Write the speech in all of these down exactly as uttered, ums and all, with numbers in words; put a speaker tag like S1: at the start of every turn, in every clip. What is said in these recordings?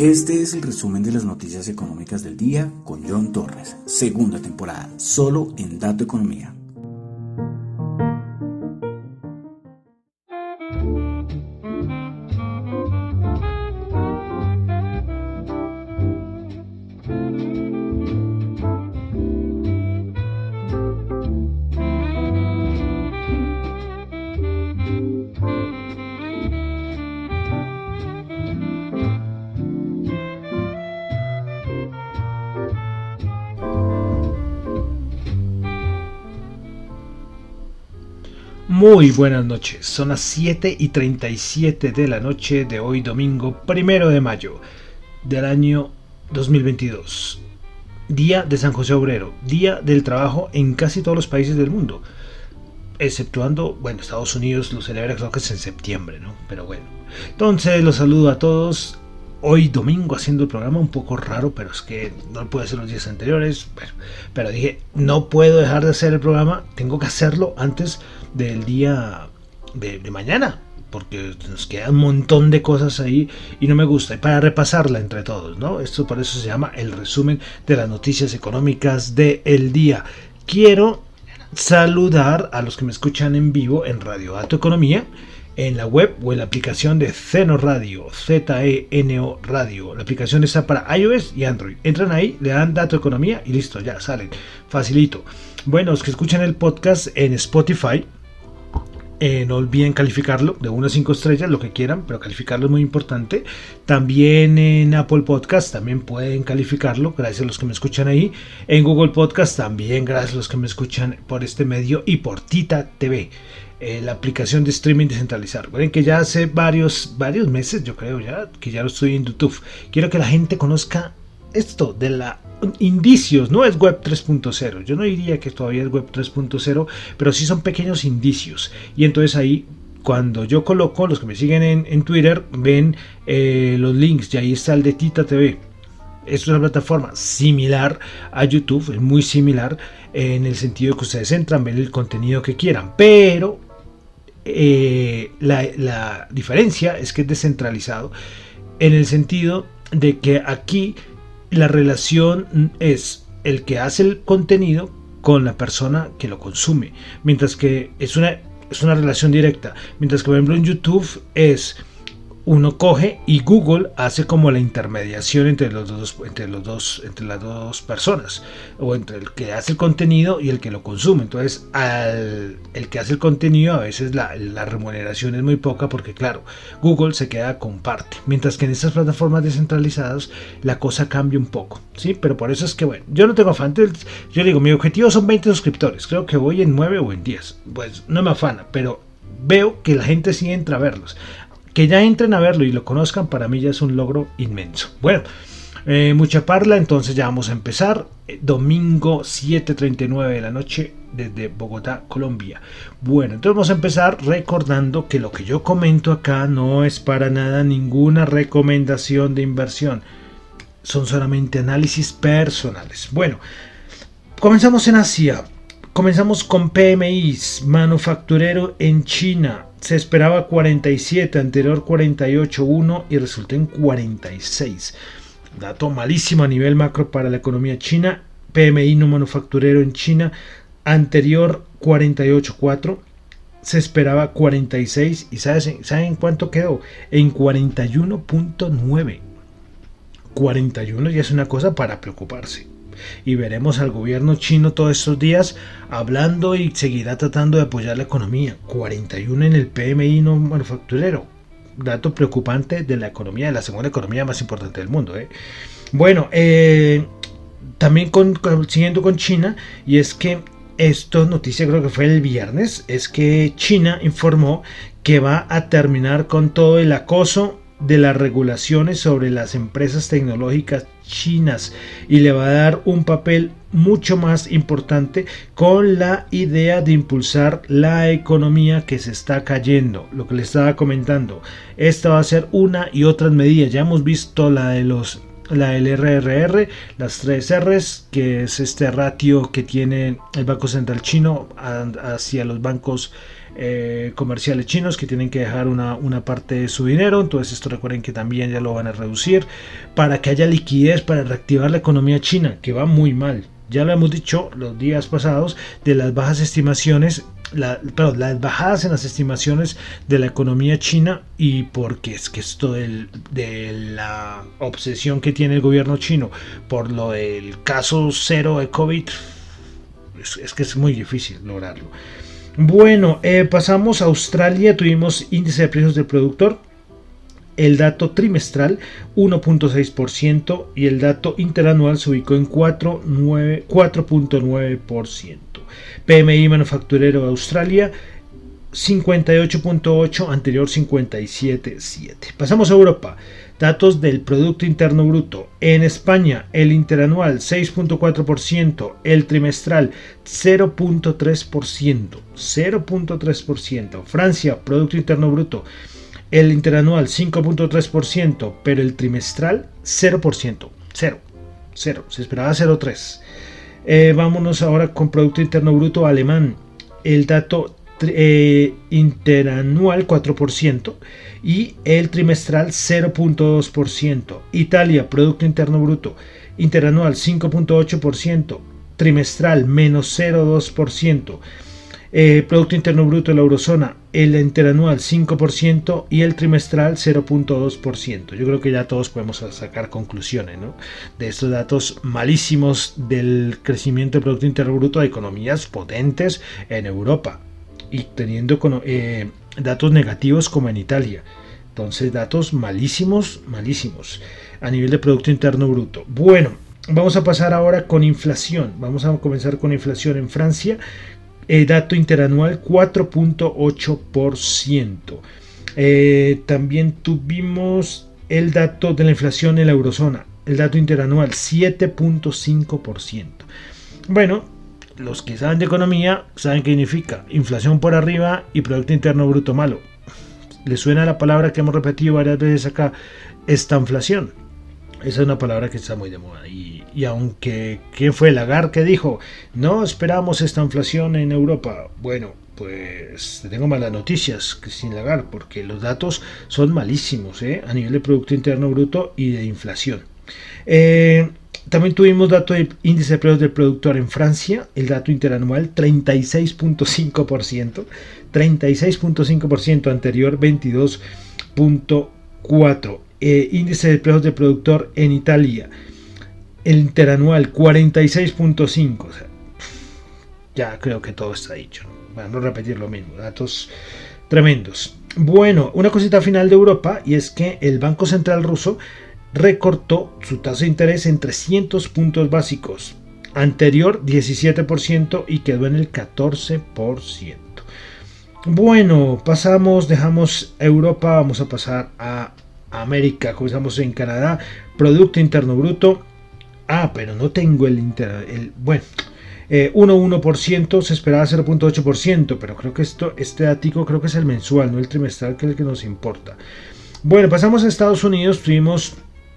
S1: Este es el resumen de las noticias económicas del día con John Torres, segunda temporada, solo en Dato Economía.
S2: Muy buenas noches, son las siete y treinta y siete de la noche de hoy domingo primero de mayo del año dos mil veintidós. Día de San José Obrero, día del trabajo en casi todos los países del mundo, exceptuando, bueno, Estados Unidos lo celebra creo que es en septiembre, ¿no? Pero bueno, entonces los saludo a todos. Hoy domingo haciendo el programa un poco raro, pero es que no lo pude hacer los días anteriores. Bueno, pero dije, no puedo dejar de hacer el programa, tengo que hacerlo antes del día de, de mañana, porque nos queda un montón de cosas ahí y no me gusta. Y para repasarla entre todos, ¿no? Esto por eso se llama el resumen de las noticias económicas del día. Quiero saludar a los que me escuchan en vivo en Radio Dato Economía, en la web o en la aplicación de Zeno Radio, Z E N O Radio. La aplicación está para iOS y Android. Entran ahí, le dan Dato Economía y listo, ya salen. Facilito. Bueno, los que escuchan el podcast en Spotify, eh, no olviden calificarlo de uno a cinco estrellas, lo que quieran, pero calificarlo es muy importante. También en Apple Podcast también pueden calificarlo, gracias a los que me escuchan ahí. En Google Podcast también, gracias a los que me escuchan por este medio y por Tita T V. Eh, la aplicación de streaming descentralizado. Recuerden que ya hace varios, varios meses, yo creo ya, que ya lo estoy en YouTube. Quiero que la gente conozca esto de la indicios, no es web tres punto cero. Yo no diría que todavía es web tres punto cero, pero sí son pequeños indicios. Y entonces ahí, cuando yo coloco, los que me siguen en, en Twitter, ven eh, los links y ahí está el de Tita T V. Esto es una plataforma similar a YouTube, es muy similar en el sentido de que ustedes entran, ven el contenido que quieran, pero eh, la, la diferencia es que es descentralizado en el sentido de que aquí la relación es el que hace el contenido con la persona que lo consume, mientras que es una, es una relación directa, mientras que por ejemplo en YouTube es uno coge y Google hace como la intermediación entre los dos, entre los dos, entre las dos personas, o entre el que hace el contenido y el que lo consume. Entonces, al el que hace el contenido a veces la, la remuneración es muy poca porque claro, Google se queda con parte, mientras que en estas plataformas descentralizadas la cosa cambia un poco, ¿sí? Pero por eso es que bueno, yo no tengo afán, yo digo, mi objetivo son veinte suscriptores, creo que voy en nueve o en diez, pues no me afana, pero veo que la gente sí entra a verlos. Que ya entren a verlo y lo conozcan, para mí ya es un logro inmenso. Bueno, eh, mucha parla, entonces ya vamos a empezar. Eh, domingo siete y treinta y nueve de la noche desde Bogotá, Colombia. Bueno, entonces vamos a empezar recordando que lo que yo comento acá no es para nada ninguna recomendación de inversión. Son solamente análisis personales. Bueno, comenzamos en Asia. Comenzamos con P M Is, manufacturero en China. Se esperaba cuarenta y siete, anterior cuarenta y ocho punto uno y resultó en cuarenta y seis. Dato malísimo a nivel macro para la economía china. P M I no manufacturero en China, anterior cuarenta y ocho punto cuatro. Se esperaba cuarenta y seis y ¿saben, ¿saben cuánto quedó? En cuarenta y uno punto nueve. cuarenta y uno ya es una cosa para preocuparse. Y veremos al gobierno chino todos estos días hablando y seguirá tratando de apoyar la economía. cuarenta y uno en el P M I no manufacturero. Dato preocupante de la economía, de la segunda economía más importante del mundo. ¿eh? Bueno, eh, también con, con, siguiendo con China, y es que esto, noticia creo que fue el viernes, es que China informó que va a terminar con todo el acoso de las regulaciones sobre las empresas tecnológicas chinas y le va a dar un papel mucho más importante con la idea de impulsar la economía que se está cayendo. Lo que les estaba comentando, esta va a ser una y otras medidas. Ya hemos visto la de los la L R R R, las tres R's, que es este ratio que tiene el Banco Central chino hacia los bancos eh, comerciales chinos, que tienen que dejar una, una parte de su dinero. Entonces esto recuerden que también ya lo van a reducir para que haya liquidez para reactivar la economía china, que va muy mal. Ya lo hemos dicho los días pasados de las bajas estimaciones, la, perdón, las bajadas en las estimaciones de la economía china, y porque es que esto del, de la obsesión que tiene el gobierno chino por lo del caso cero de COVID, es, es que es muy difícil lograrlo. Bueno, eh, pasamos a Australia, tuvimos índice de precios del productor. El dato trimestral uno punto seis por ciento y el dato interanual se ubicó en cuatro punto nueve por ciento. P M I manufacturero de Australia cincuenta y ocho punto ocho, anterior cincuenta y siete punto siete. Pasamos a Europa. Datos del Producto Interno Bruto. En España, el interanual seis punto cuatro por ciento, el trimestral cero punto tres por ciento. cero punto tres por ciento. Francia, Producto Interno Bruto. El interanual cinco punto tres por ciento, pero el trimestral cero por ciento. Cero. Cero. Se esperaba cero punto tres. Eh, vámonos ahora con Producto Interno Bruto alemán. El dato eh, interanual cuatro por ciento y el trimestral cero punto dos por ciento. Italia, Producto Interno Bruto interanual cinco punto ocho por ciento, trimestral menos cero punto dos por ciento. Eh, Producto Interno Bruto de la Eurozona, el interanual cinco por ciento y el trimestral cero punto dos por ciento. Yo creo que ya todos podemos sacar conclusiones, ¿no?, de estos datos malísimos del crecimiento del Producto Interno Bruto de economías potentes en Europa y teniendo eh, datos negativos como en Italia. Entonces, datos malísimos, malísimos a nivel de Producto Interno Bruto. Bueno, vamos a pasar ahora con inflación. Vamos a comenzar con inflación en Francia. El dato interanual cuatro punto ocho por ciento. Eh, también tuvimos el dato de la inflación en la eurozona. El dato interanual siete punto cinco por ciento. Bueno, los que saben de economía saben qué significa inflación por arriba y Producto Interno Bruto malo. ¿Les suena la palabra que hemos repetido varias veces acá? Estanflación. Esa es una palabra que está muy de moda. Y, y aunque, ¿quién fue Lagarde que dijo? No esperamos esta inflación en Europa. Bueno, pues te tengo malas noticias que sin Lagarde, porque los datos son malísimos, ¿eh?, a nivel de Producto Interno Bruto y de inflación. Eh, también tuvimos dato de índice de precios del productor en Francia. El dato interanual treinta y seis punto cinco por ciento. treinta y seis punto cinco por ciento, anterior veintidós punto cuatro por ciento. Eh, índice de precios del productor en Italia, el interanual cuarenta y seis punto cinco, o sea, ya creo que todo está dicho, ¿no? Para no repetir lo mismo, datos tremendos. Bueno, una cosita final de Europa, y es que el Banco Central ruso recortó su tasa de interés en trescientos puntos básicos, anterior diecisiete por ciento y quedó en el catorce por ciento. Bueno, pasamos, dejamos Europa, vamos a pasar a América. Comenzamos en Canadá. Producto Interno Bruto. Ah, pero no tengo el, inter, el bueno, eh, uno punto uno por ciento, se esperaba cero punto ocho por ciento, pero creo que esto, este dato creo que es el mensual, no el trimestral, que es el que nos importa. Bueno, pasamos a Estados Unidos. Tuvimos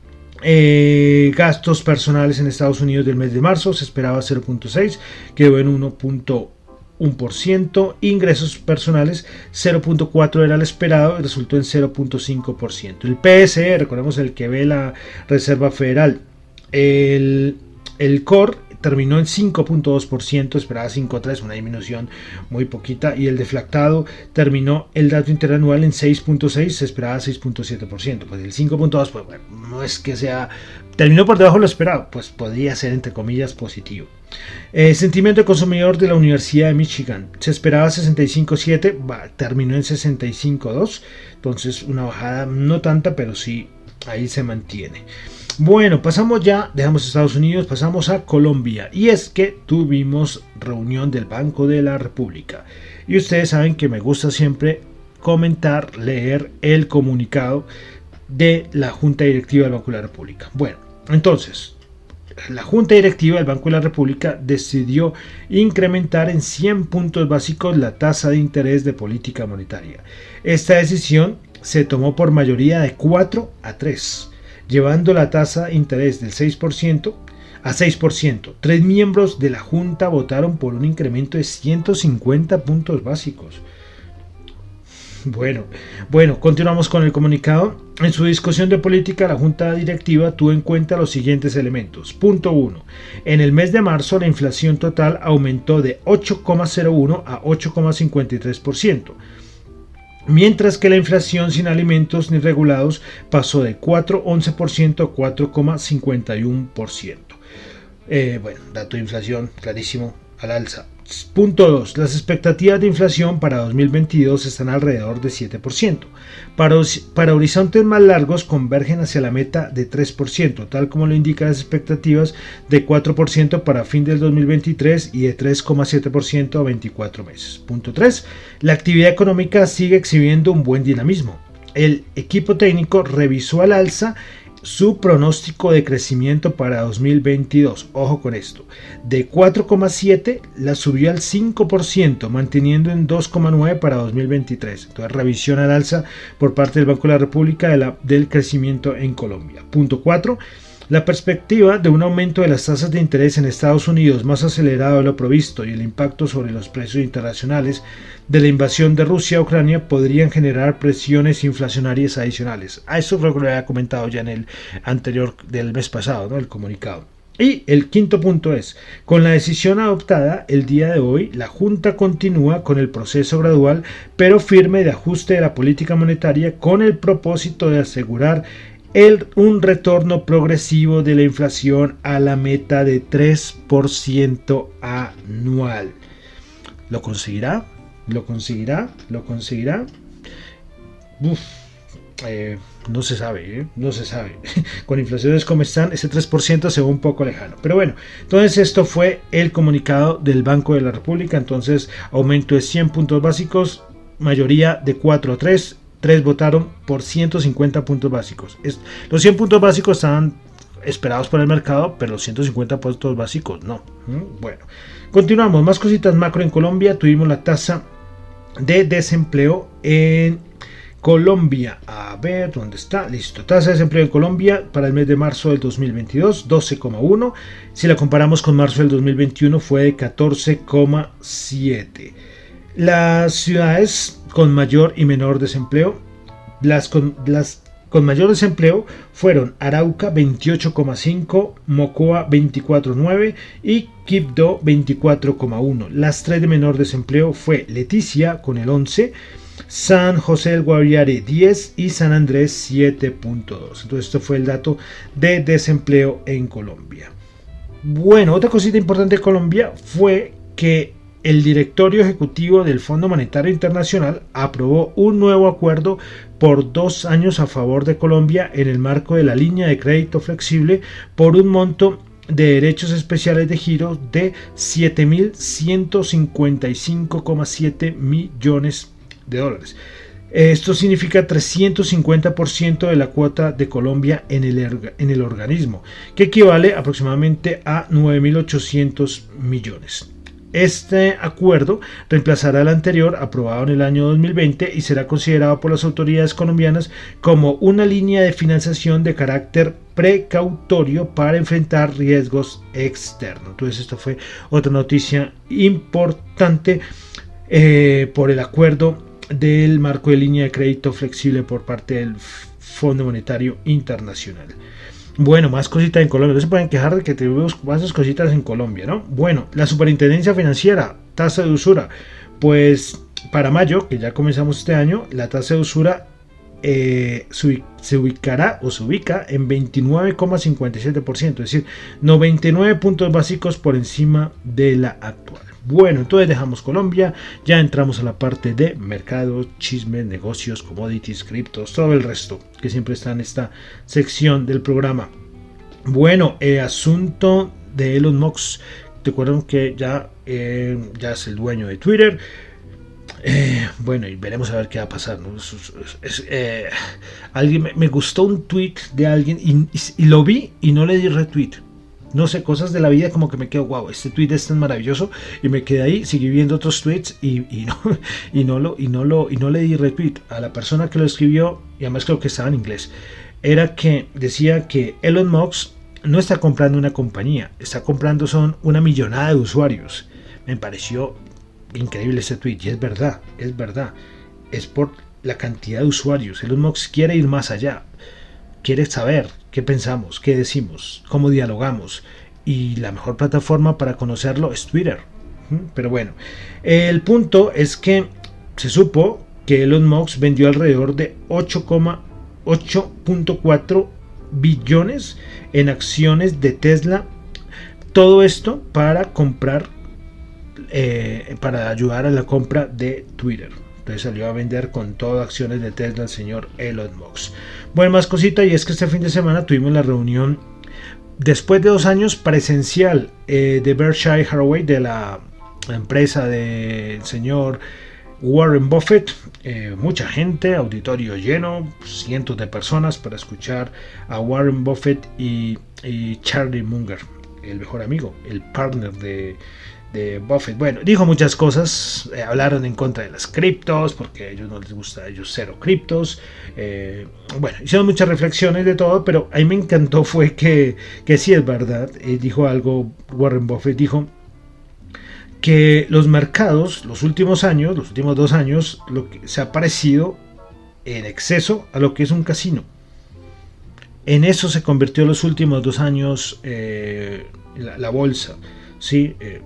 S2: eh, gastos personales en Estados Unidos del mes de marzo, se esperaba cero punto seis, quedó en uno punto uno por ciento. Ingresos personales cero punto cuatro era el esperado y resultó en cero punto cinco por ciento. El P S E, recordemos el que ve la Reserva Federal, el, el core terminó en cinco punto dos por ciento, esperaba cinco punto tres, una disminución muy poquita, y el deflactado terminó el dato interanual en seis punto seis, se esperaba seis punto siete por ciento. Pues el cinco punto dos, pues bueno, no es que sea, terminó por debajo de lo esperado, pues podría ser entre comillas positivo. Eh, sentimiento de consumidor de la Universidad de Michigan, se esperaba sesenta y cinco punto siete, terminó en sesenta y cinco punto dos, entonces una bajada no tanta, pero sí ahí se mantiene. Bueno, pasamos ya, dejamos Estados Unidos, pasamos a Colombia, y es que tuvimos reunión del Banco de la República, y ustedes saben que me gusta siempre comentar, leer el comunicado de la Junta Directiva del Banco de la República. Bueno, entonces, la Junta Directiva del Banco de la República decidió incrementar en cien puntos básicos la tasa de interés de política monetaria. Esta decisión se tomó por mayoría de cuatro a tres. llevando la tasa de interés del seis por ciento a seis por ciento. Tres miembros de la Junta votaron por un incremento de ciento cincuenta puntos básicos. Bueno, bueno, continuamos con el comunicado. En su discusión de política, la Junta Directiva tuvo en cuenta los siguientes elementos. Punto uno. En el mes de marzo, la inflación total aumentó de ocho coma cero uno a ocho coma cincuenta y tres por ciento. Mientras que la inflación sin alimentos ni regulados pasó de cuatro coma once por ciento a cuatro coma cincuenta y uno por ciento. Eh, bueno, dato de inflación clarísimo al alza. Punto dos. Las expectativas de inflación para dos mil veintidós están alrededor de siete por ciento. Para, para horizontes más largos convergen hacia la meta de tres por ciento, tal como lo indican las expectativas de cuatro por ciento para fin del dos mil veintitrés y de tres coma siete por ciento a veinticuatro meses. Punto tres. La actividad económica sigue exhibiendo un buen dinamismo. El equipo técnico revisó al alza su pronóstico de crecimiento para dos mil veintidós, ojo con esto, de cuatro coma siete la subió al cinco por ciento, manteniendo en dos coma nueve para dos mil veintitrés. Entonces, revisión al alza por parte del Banco de la República de la, del crecimiento en Colombia. Punto cuatro. La perspectiva de un aumento de las tasas de interés en Estados Unidos más acelerado de lo previsto y el impacto sobre los precios internacionales de la invasión de Rusia a Ucrania podrían generar presiones inflacionarias adicionales. A eso lo había comentado ya en el anterior del mes pasado, ¿no? El comunicado. Y el quinto punto es, con la decisión adoptada el día de hoy, la Junta continúa con el proceso gradual pero firme de ajuste de la política monetaria con el propósito de asegurar El, un retorno progresivo de la inflación a la meta de tres por ciento anual. ¿Lo conseguirá? ¿Lo conseguirá? ¿Lo conseguirá? Uf, eh, no se sabe, ¿eh? No se sabe. Con inflaciones como están, ese tres por ciento se ve un poco lejano. Pero bueno, entonces esto fue el comunicado del Banco de la República. Entonces, aumento de cien puntos básicos, mayoría de cuatro a tres. tres votaron por ciento cincuenta puntos básicos. Los cien puntos básicos estaban esperados por el mercado, pero los ciento cincuenta puntos básicos no. Bueno, continuamos. Más cositas macro en Colombia. Tuvimos la tasa de desempleo en Colombia. A ver, ¿dónde está? Listo. Tasa de desempleo en Colombia para el mes de marzo del dos mil veintidós, doce coma uno. Si la comparamos con marzo del dos mil veintiuno, fue de catorce coma siete. Las ciudades con mayor y menor desempleo, las con, las con mayor desempleo fueron Arauca veintiocho coma cinco, Mocoa veinticuatro coma nueve y Quibdó veinticuatro coma uno. Las tres de menor desempleo fue Leticia con el once, San José del Guaviare diez y San Andrés siete punto dos. Entonces esto fue el dato de desempleo en Colombia. Bueno, otra cosita importante de Colombia fue que el directorio ejecutivo del Fondo Monetario Internacional aprobó un nuevo acuerdo por dos años a favor de Colombia en el marco de la línea de crédito flexible por un monto de derechos especiales de giro de siete mil ciento cincuenta y cinco coma siete millones de dólares. Esto significa trescientos cincuenta por ciento de la cuota de Colombia en el, en el organismo, que equivale aproximadamente a nueve mil ochocientos millones. Este acuerdo reemplazará el anterior aprobado en el año dos mil veinte y será considerado por las autoridades colombianas como una línea de financiación de carácter precautorio para enfrentar riesgos externos. Entonces esto fue otra noticia importante eh, por el acuerdo del marco de línea de crédito flexible por parte del Fondo Monetario Internacional. Bueno, más cositas en Colombia. No se pueden quejar de que tenemos más cositas en Colombia, ¿no? Bueno, la Superintendencia Financiera, tasa de usura. Pues para mayo, que ya comenzamos este año, la tasa de usura eh, se ubicará o se ubica en veintinueve coma cincuenta y siete por ciento, es decir, noventa y nueve puntos básicos por encima de la actual. Bueno, entonces dejamos Colombia, ya entramos a la parte de mercado, chismes, negocios, commodities, criptos, todo el resto que siempre está en esta sección del programa. Bueno, el asunto de Elon Musk, recuerden que ya, eh, ya es el dueño de Twitter. Eh, bueno, y veremos a ver qué va a pasar, ¿no? Es, es, es, eh, alguien me, me gustó un tweet de alguien y, y, y lo vi y no le di retweet. No sé, cosas de la vida como que me quedo, wow, este tweet es tan maravilloso, y me quedé ahí, seguí viendo otros tweets y, y, no, y, no, lo, y, no, lo, y no le di retweet a la persona que lo escribió, y además creo que estaba en inglés. era que decía que Elon Musk no está comprando una compañía, está comprando son una millonada de usuarios. Me pareció increíble ese tweet y es verdad, es verdad. Es por la cantidad de usuarios. Elon Musk quiere ir más allá, quiere saber qué pensamos, qué decimos, cómo dialogamos, y la mejor plataforma para conocerlo es Twitter. Pero bueno, el punto es que se supo que Elon Musk vendió alrededor de ocho punto cuatro billones en acciones de Tesla, todo esto para comprar eh, para ayudar a la compra de Twitter. Entonces salió a vender con todo acciones de Tesla el señor Elon Musk. Bueno, más cosita, y es que este fin de semana tuvimos la reunión, después de dos años, presencial eh, de Berkshire Hathaway, de la empresa del señor Warren Buffett. Eh, mucha gente, auditorio lleno, cientos de personas para escuchar a Warren Buffett y, y Charlie Munger, el mejor amigo, el partner de de Buffett. Bueno, dijo muchas cosas, eh, hablaron en contra de las criptos, porque a ellos no les gusta, a ellos cero criptos, eh, bueno, hicieron muchas reflexiones de todo, pero a mí me encantó fue que, que sí es verdad, eh, dijo algo, Warren Buffett dijo que los mercados, los últimos años, los últimos dos años, lo que se ha parecido en exceso a lo que es un casino. En eso se convirtió los últimos dos años eh, la, la bolsa, ¿sí? Eh,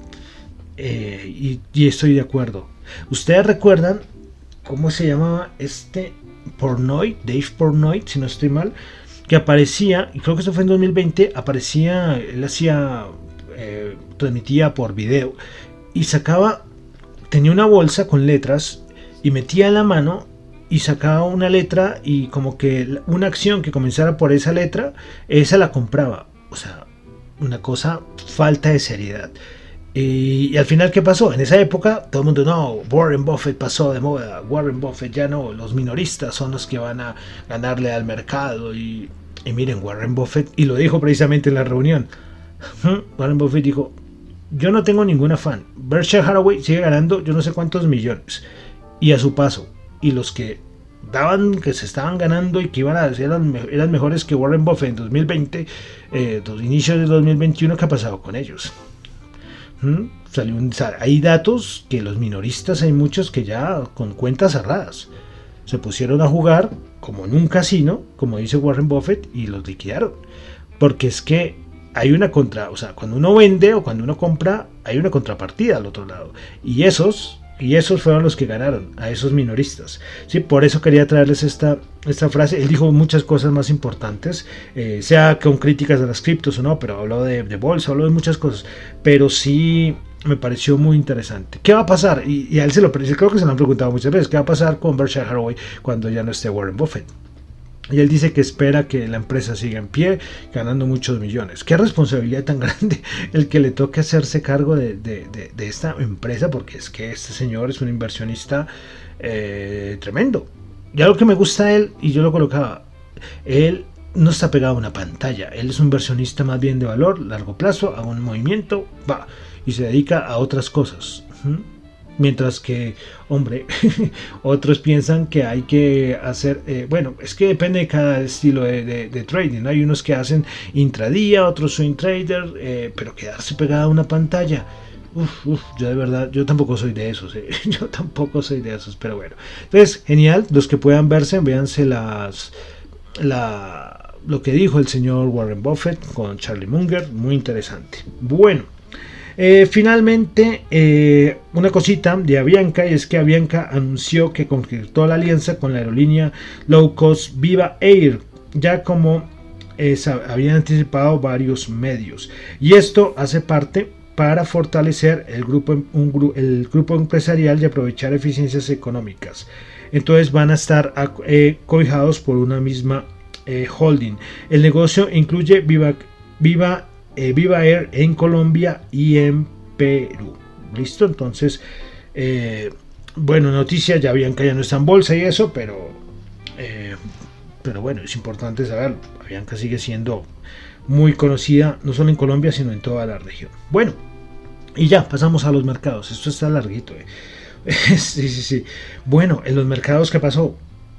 S2: Eh, y, y estoy de acuerdo. Ustedes recuerdan cómo se llamaba este Portnoy, Dave Portnoy, si no estoy mal, que aparecía, y creo que eso fue en dos mil veinte, aparecía, él hacía, eh, transmitía por video y sacaba, tenía una bolsa con letras y metía la mano y sacaba una letra y como que una acción que comenzara por esa letra, esa la compraba. O sea, una cosa, falta de seriedad. Y, y al final, ¿qué pasó? En esa época todo el mundo, no, Warren Buffett pasó de moda, Warren Buffett ya no, los minoristas son los que van a ganarle al mercado. Y, y miren, Warren Buffett, y lo dijo precisamente en la reunión, Warren Buffett dijo, yo no tengo ningún afán, Berkshire Hathaway sigue ganando yo no sé cuántos millones, y a su paso, y los que daban que se estaban ganando y que iban a ser eran, eran mejores que Warren Buffett en dos mil veinte, eh, los inicios de dos mil veintiuno, ¿qué ha pasado con ellos? ¿Mm? Salió un, hay datos que los minoristas, hay muchos que ya con cuentas cerradas se pusieron a jugar como en un casino, como dice Warren Buffett, y los liquidaron, porque es que hay una contra, o sea, cuando uno vende o cuando uno compra hay una contrapartida al otro lado, y esos y esos fueron los que ganaron, a esos minoristas. Sí, por eso quería traerles esta, esta frase. Él dijo muchas cosas más importantes, eh, sea con críticas de las criptos o no, pero habló de, de bolsa, habló de muchas cosas, pero sí me pareció muy interesante. ¿Qué va a pasar? Y, y a él se lo creo que se lo han preguntado muchas veces, ¿qué va a pasar con Berkshire Hathaway cuando ya no esté Warren Buffett? Y él dice que espera que la empresa siga en pie, ganando muchos millones. Qué responsabilidad tan grande el que le toque hacerse cargo de, de, de, de esta empresa, porque es que este señor es un inversionista eh, tremendo. Ya lo que me gusta a él, y yo lo colocaba, él no está pegado a una pantalla, él es un inversionista más bien de valor, largo plazo, a un movimiento, va, y se dedica a otras cosas. ¿Mm? Mientras que, hombre, otros piensan que hay que hacer, eh, bueno, es que depende de cada estilo de, de, de trading, ¿no? Hay unos que hacen intradía, otros swing trader, eh, pero quedarse pegada a una pantalla, uf, uf, yo de verdad, yo tampoco soy de esos, eh, yo tampoco soy de esos, pero bueno. Entonces, genial, los que puedan verse, véanse las, la, lo que dijo el señor Warren Buffett con Charlie Munger, muy interesante. Bueno. Eh, finalmente, eh, una cosita de Avianca, y es que Avianca anunció que concretó la alianza con la aerolínea low cost Viva Air, ya como eh, habían anticipado varios medios, y esto hace parte para fortalecer el grupo, un, el grupo empresarial y aprovechar eficiencias económicas. Entonces van a estar eh, cobijados por una misma eh, holding. El negocio incluye Viva, Viva Eh, Viva Air en Colombia y en Perú. ¿Listo? Entonces, eh, bueno, noticia, ya Avianca ya no está en bolsa y eso, pero, eh, pero bueno, es importante saberlo. Avianca sigue siendo muy conocida, no solo en Colombia, sino en toda la región. Bueno, y ya, pasamos a los mercados. Esto está larguito. Eh. sí, sí, sí. Bueno, en los mercados, ¿qué pasó?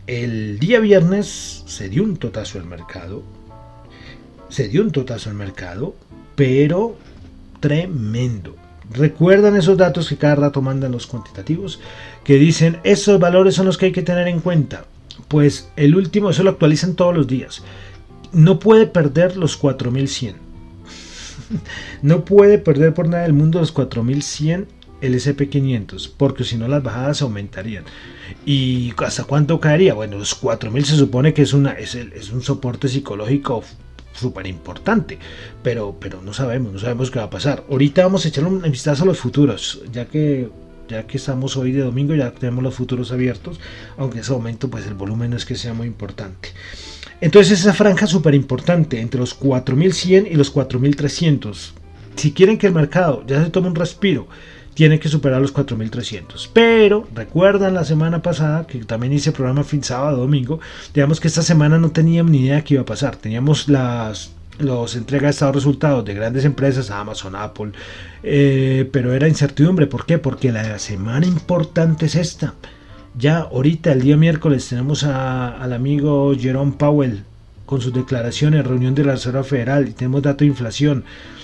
S2: el día viernes se dio un totazo al mercado, se dio un totazo al mercado, pero tremendo. ¿Recuerdan esos datos que cada rato mandan los cuantitativos? Que dicen, esos valores son los que hay que tener en cuenta. Pues el último, eso lo actualizan todos los días. No puede perder los cuatro mil cien. No puede perder por nada del mundo los cuatro mil cien el ese pe quinientos, porque si no las bajadas aumentarían. ¿Y hasta cuánto caería? Bueno, los cuatro mil se supone que es, una, es, el, es un soporte psicológico súper importante, pero, pero no sabemos, no sabemos qué va a pasar. Ahorita vamos a echar un vistazo a los futuros, ya que ya que estamos hoy de domingo, ya tenemos los futuros abiertos, aunque en ese momento pues el volumen no es que sea muy importante. Entonces esa franja súper importante entre los cuatro mil cien y los cuatro mil trescientos. Si quieren que el mercado ya se tome un respiro, tiene que superar los cuatro mil trescientos. Pero recuerdan la semana pasada que también hice programa fin sábado, domingo. Digamos que esta semana no teníamos ni idea de qué iba a pasar. Teníamos las los entregas de estados resultados de grandes empresas, Amazon, Apple, eh, pero era incertidumbre. ¿Por qué? Porque la semana importante es esta. Ya ahorita, el día miércoles, tenemos a, al amigo Jerome Powell con sus declaraciones, reunión de la Reserva Federal, y tenemos dato de inflación.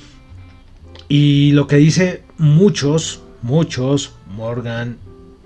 S2: Y lo que dice muchos, muchos, Morgan,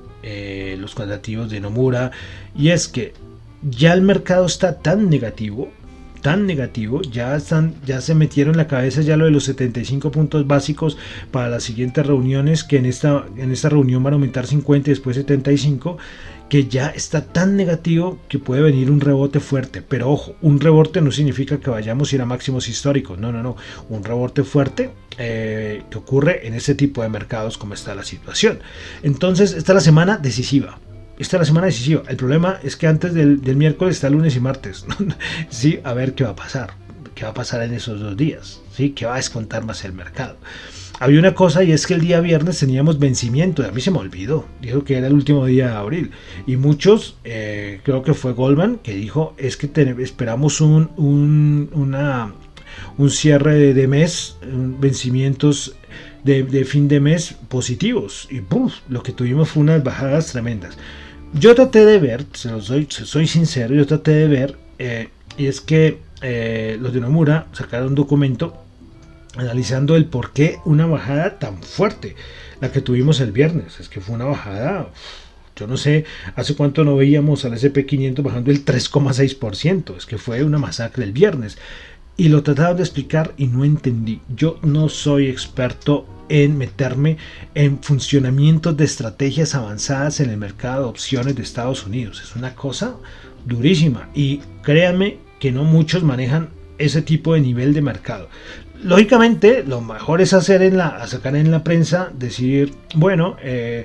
S2: eh, los cuantitativos de Nomura, y es que ya el mercado está tan negativo, tan negativo, ya están, ya se metieron en la cabeza ya lo de los setenta y cinco puntos básicos para las siguientes reuniones, que en esta, en esta reunión van a aumentar cincuenta y después setenta y cinco, que ya está tan negativo que puede venir un rebote fuerte. Pero ojo, un rebote no significa que vayamos a ir a máximos históricos, no, no, no, un rebote fuerte eh, que ocurre en ese tipo de mercados como está la situación. Entonces esta es la semana decisiva. Esta es la semana decisiva. El problema es que antes del, del miércoles está lunes y martes. Sí, a ver qué va a pasar. ¿Qué va a pasar en esos dos días? ¿Sí? ¿Qué va a descontar más el mercado? Había una cosa, y es que el día viernes teníamos vencimiento. A mí se me olvidó. Dijo que era el último día de abril. Y muchos, eh, creo que fue Goldman, que dijo, es que te, esperamos un, un, una, un cierre de, de mes, vencimientos de, de fin de mes positivos. Y ¡pum! Lo que tuvimos fue unas bajadas tremendas. Yo traté de ver, se los doy, soy sincero, yo traté de ver, eh, y es que eh, los de Nomura sacaron un documento analizando el por qué una bajada tan fuerte, la que tuvimos el viernes. Es que fue una bajada, yo no sé, hace cuánto no veíamos al ese pe quinientos bajando el tres coma seis por ciento, es que fue una masacre el viernes. Y lo trataron de explicar y no entendí. Yo no soy experto en meterme en funcionamientos de estrategias avanzadas en el mercado de opciones de Estados Unidos. Es una cosa durísima y créanme que no muchos manejan ese tipo de nivel de mercado. Lógicamente, lo mejor es hacer en la, sacar en la prensa, decir, bueno, eh,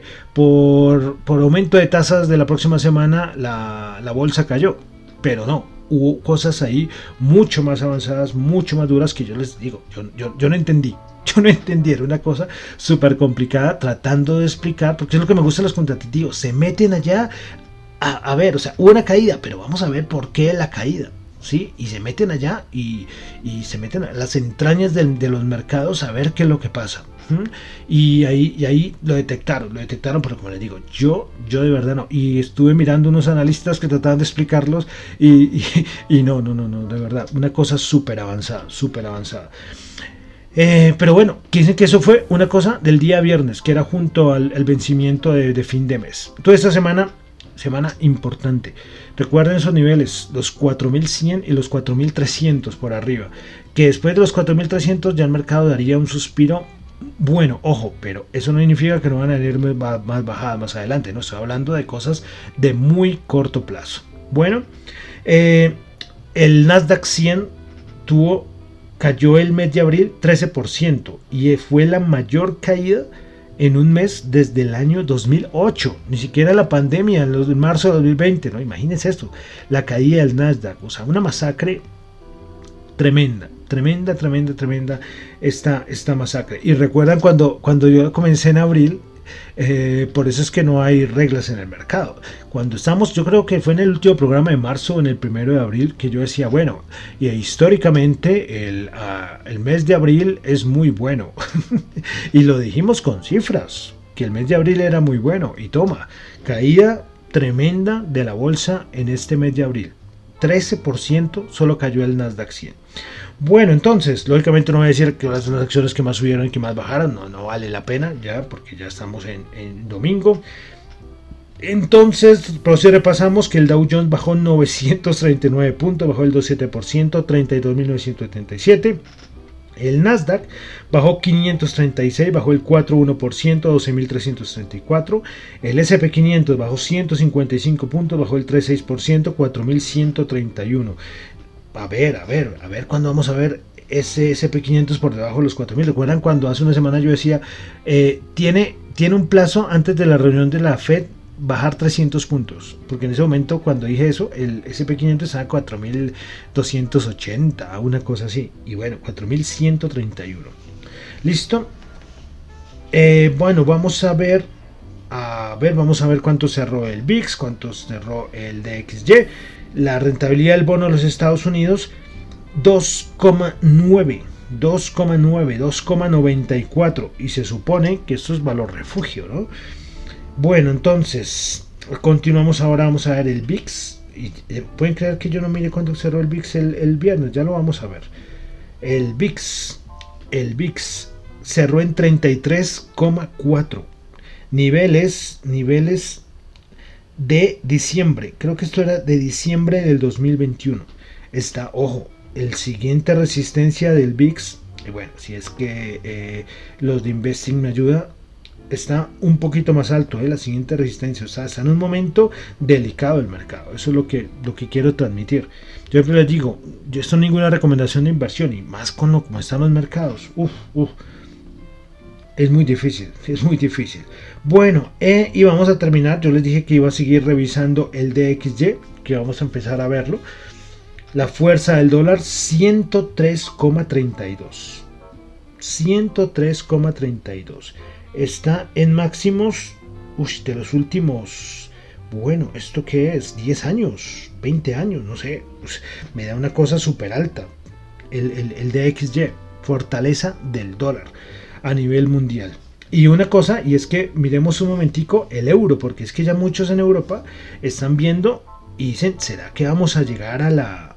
S2: por, por aumento de tasas de la próxima semana la, la bolsa cayó, pero no. Hubo cosas ahí mucho más avanzadas, mucho más duras que yo les digo, yo, yo, yo no entendí, yo no entendí, era una cosa súper complicada tratando de explicar, porque es lo que me gusta de los cuantitativos, se meten allá a, a ver, o sea, hubo una caída, pero vamos a ver por qué la caída, ¿sí? Y se meten allá y, y se meten a las entrañas de, de los mercados a ver qué es lo que pasa. ¿Mm? Y ahí, y ahí lo detectaron, lo detectaron, pero como les digo, yo, yo de verdad no. Y estuve mirando unos analistas que trataban de explicarlos y, y, y no, no, no, no, de verdad, una cosa súper avanzada, súper avanzada. Eh, pero bueno, dicen que eso fue una cosa del día viernes, que era junto al, al vencimiento de, de fin de mes. Toda esta semana, semana importante. Recuerden esos niveles, los cuatro mil cien y los cuatro mil trescientos por arriba, que después de los cuatro mil trescientos ya el mercado daría un suspiro. Bueno, ojo, pero eso no significa que no van a venir más bajadas más adelante, no estoy hablando de cosas de muy corto plazo. Bueno, eh, el Nasdaq cien tuvo, cayó el mes de abril trece por ciento y fue la mayor caída en un mes desde el año dos mil ocho, ni siquiera la pandemia en marzo de dos mil veinte, ¿no? Imagínense esto, la caída del Nasdaq, o sea, una masacre tremenda. Tremenda, tremenda, tremenda esta, esta masacre. Y recuerdan cuando, cuando yo comencé en abril, eh, por eso es que no hay reglas en el mercado. Cuando estamos, yo creo que fue en el último programa de marzo o en el primero de abril que yo decía, bueno, y históricamente el, uh, el mes de abril es muy bueno. Y lo dijimos con cifras, que el mes de abril era muy bueno. Y toma, caída tremenda de la bolsa en este mes de abril. trece por ciento solo cayó el Nasdaq cien. Bueno, entonces, lógicamente no voy a decir que las acciones que más subieron y que más bajaron, no, no vale la pena ya, porque ya estamos en, en domingo. Entonces, pero si repasamos que el Dow Jones bajó novecientos treinta y nueve puntos, bajó el dos coma siete por ciento, treinta y dos mil novecientos setenta y siete. El Nasdaq bajó quinientos treinta y seis, bajó el cuatro coma uno por ciento, doce mil trescientos treinta y cuatro. El ese and pe quinientos bajó ciento cincuenta y cinco puntos, bajó el tres coma seis por ciento, cuatro mil ciento treinta y uno. A ver, a ver, a ver cuándo vamos a ver ese ese and pe quinientos por debajo de los cuatro mil. ¿Recuerdan cuando hace una semana yo decía, eh, tiene, tiene un plazo antes de la reunión de la Fed bajar trescientos puntos? Porque en ese momento cuando dije eso, el ese and pe quinientos estaba a cuatro mil doscientos ochenta, una cosa así, y bueno, cuatro mil ciento treinta y uno. Listo. Eh, bueno, vamos a ver a ver, vamos a ver cuánto cerró el V I X, cuánto cerró el D X Y. La rentabilidad del bono de los Estados Unidos, dos coma nueve, dos coma nueve, dos coma noventa y cuatro, y se supone que esto es valor refugio, ¿no? Bueno, entonces, continuamos ahora, vamos a ver el V I X. Y, eh, Pueden creer que yo no mire cuánto cerró el V I X el, el viernes, ya lo vamos a ver. El V I X, el V I X cerró en treinta y tres coma cuatro. Niveles, niveles de diciembre. Creo que esto era de diciembre del dos mil veintiuno. Está, ojo, el siguiente resistencia del V I X, y bueno, si es que eh, los de Investing me ayudan, está un poquito más alto, ¿eh? La siguiente resistencia, o sea, está en un momento delicado el mercado. Eso es lo que, lo que quiero transmitir. Yo siempre les digo, yo esto no es ninguna recomendación de inversión, y más con lo como están los mercados. Uf, uf. Es muy difícil, es muy difícil. Bueno, eh, y vamos a terminar. Yo les dije que iba a seguir revisando el D X Y, que vamos a empezar a verlo. La fuerza del dólar, ciento tres coma treinta y dos. ciento tres coma treinta y dos. Está en máximos uy, de los últimos, bueno, ¿esto qué es? diez años, veinte años, no sé, pues me da una cosa súper alta. El, el, el D X Y, fortaleza del dólar a nivel mundial. Y una cosa, y es que miremos un momentico el euro, porque es que ya muchos en Europa están viendo y dicen, ¿será que vamos a llegar a la,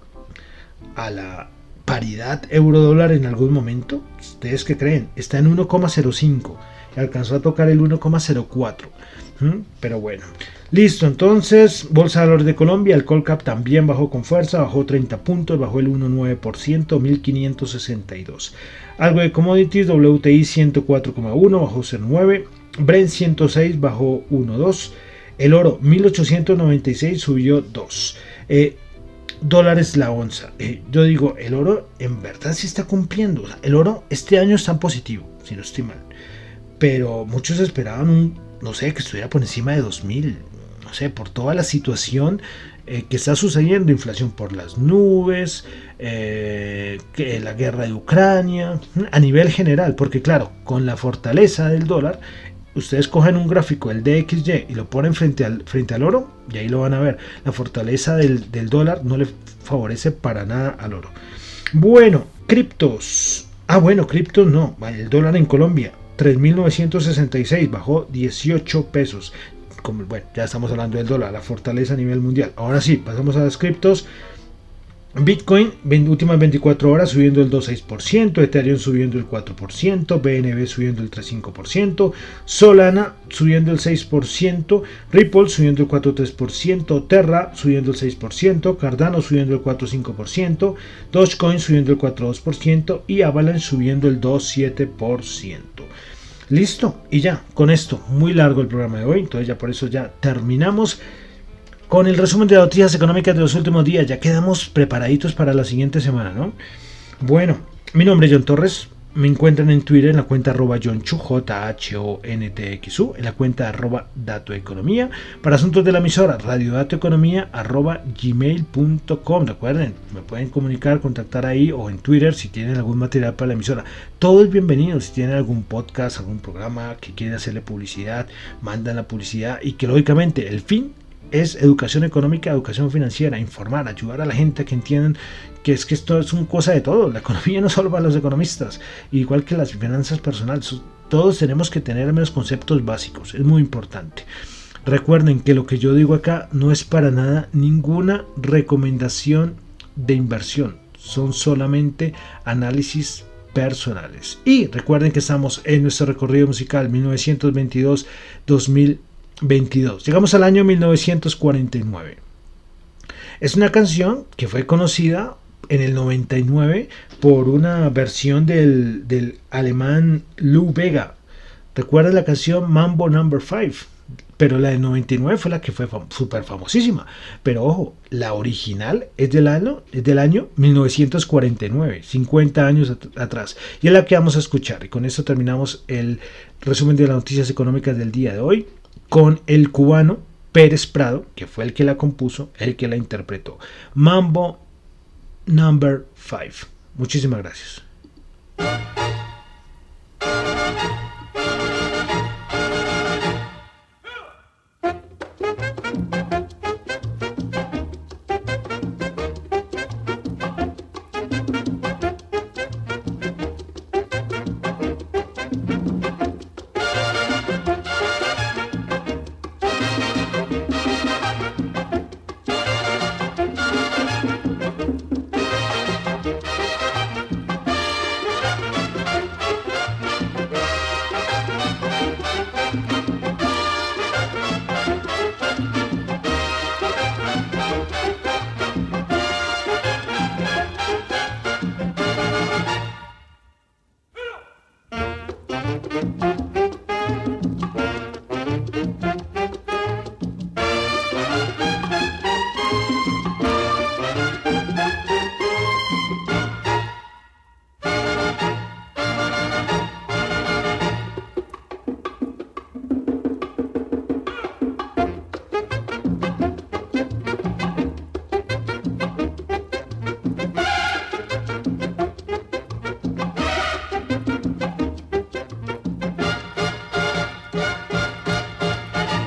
S2: a la paridad euro-dólar en algún momento? ¿Ustedes qué creen? Está en uno coma cero cinco. Alcanzó a tocar el uno coma cero cuatro, ¿Mm? Pero bueno, listo. Entonces, Bolsa de Valores de Colombia, el Colcap también bajó con fuerza, bajó treinta puntos, bajó el uno coma nueve por ciento, mil quinientos sesenta y dos. Algo de commodities, W T I ciento cuatro coma uno, bajó cero coma nueve, Brent ciento seis, bajó uno coma dos, el oro mil ochocientos noventa y seis, subió dos. Eh, dólares la onza. Eh, yo digo, el oro en verdad sí está cumpliendo. O sea, el oro este año está en positivo, si no estoy mal. Pero muchos esperaban un, no sé, que estuviera por encima de dos mil, no sé, por toda la situación eh, que está sucediendo, inflación por las nubes, eh, que la guerra de Ucrania, a nivel general, porque claro, con la fortaleza del dólar, ustedes cogen un gráfico, el D X Y, y lo ponen frente al, frente al oro, y ahí lo van a ver, la fortaleza del, del dólar no le favorece para nada al oro. Bueno, criptos, ah bueno, criptos no, el dólar en Colombia, tres mil novecientos sesenta y seis, bajó dieciocho pesos. Como, bueno, ya estamos hablando del dólar, la fortaleza a nivel mundial. Ahora sí, pasamos a las criptos. Bitcoin, últimas veinticuatro horas subiendo el dos coma seis por ciento, Ethereum subiendo el cuatro por ciento, B N B subiendo el tres coma cinco por ciento, Solana subiendo el seis por ciento, Ripple subiendo el cuatro coma tres por ciento, Terra subiendo el seis por ciento, Cardano subiendo el cuatro coma cinco por ciento, Dogecoin subiendo el cuatro coma dos por ciento y Avalanche subiendo el dos coma siete por ciento. Listo, y ya, con esto, muy largo el programa de hoy, entonces ya por eso ya terminamos con el resumen de las noticias económicas de los últimos días. Ya quedamos preparaditos para la siguiente semana, ¿no? Bueno, mi nombre es John Torres. Me encuentran en Twitter en la cuenta arroba Jonchu, J H O N T X U, en la cuenta arroba Datoeconomía. Para asuntos de la emisora, radiodatoeconomía arroba gmail punto com. Recuerden, me pueden comunicar, contactar ahí o en Twitter si tienen algún material para la emisora. Todo es bienvenido. Si tienen algún podcast, algún programa que quieren hacerle publicidad, mandan la publicidad y que lógicamente el fin es educación económica, educación financiera, informar, ayudar a la gente a que entiendan que es que esto es una cosa de todo. La economía no es solo para los economistas, igual que las finanzas personales. Todos tenemos que tener menos conceptos básicos, es muy importante. Recuerden que lo que yo digo acá no es para nada ninguna recomendación de inversión, son solamente análisis personales. Y recuerden que estamos en nuestro recorrido musical mil novecientos veintidós a dos mil veintidós. Llegamos al año mil novecientos cuarenta y nueve. Es una canción que fue conocida en el noventa y nueve por una versión del, del alemán Lou Bega. Recuerden la canción Mambo Number five. Pero la del noventa y nueve fue la que fue fam- súper famosísima. Pero ojo, la original es del año, es del año mil novecientos cuarenta y nueve, cincuenta años at- atrás. Y es la que vamos a escuchar. Y con esto terminamos el resumen de las noticias económicas del día de hoy con el cubano Pérez Prado, que fue el que la compuso, el que la interpretó. Mambo Number five. Muchísimas gracias.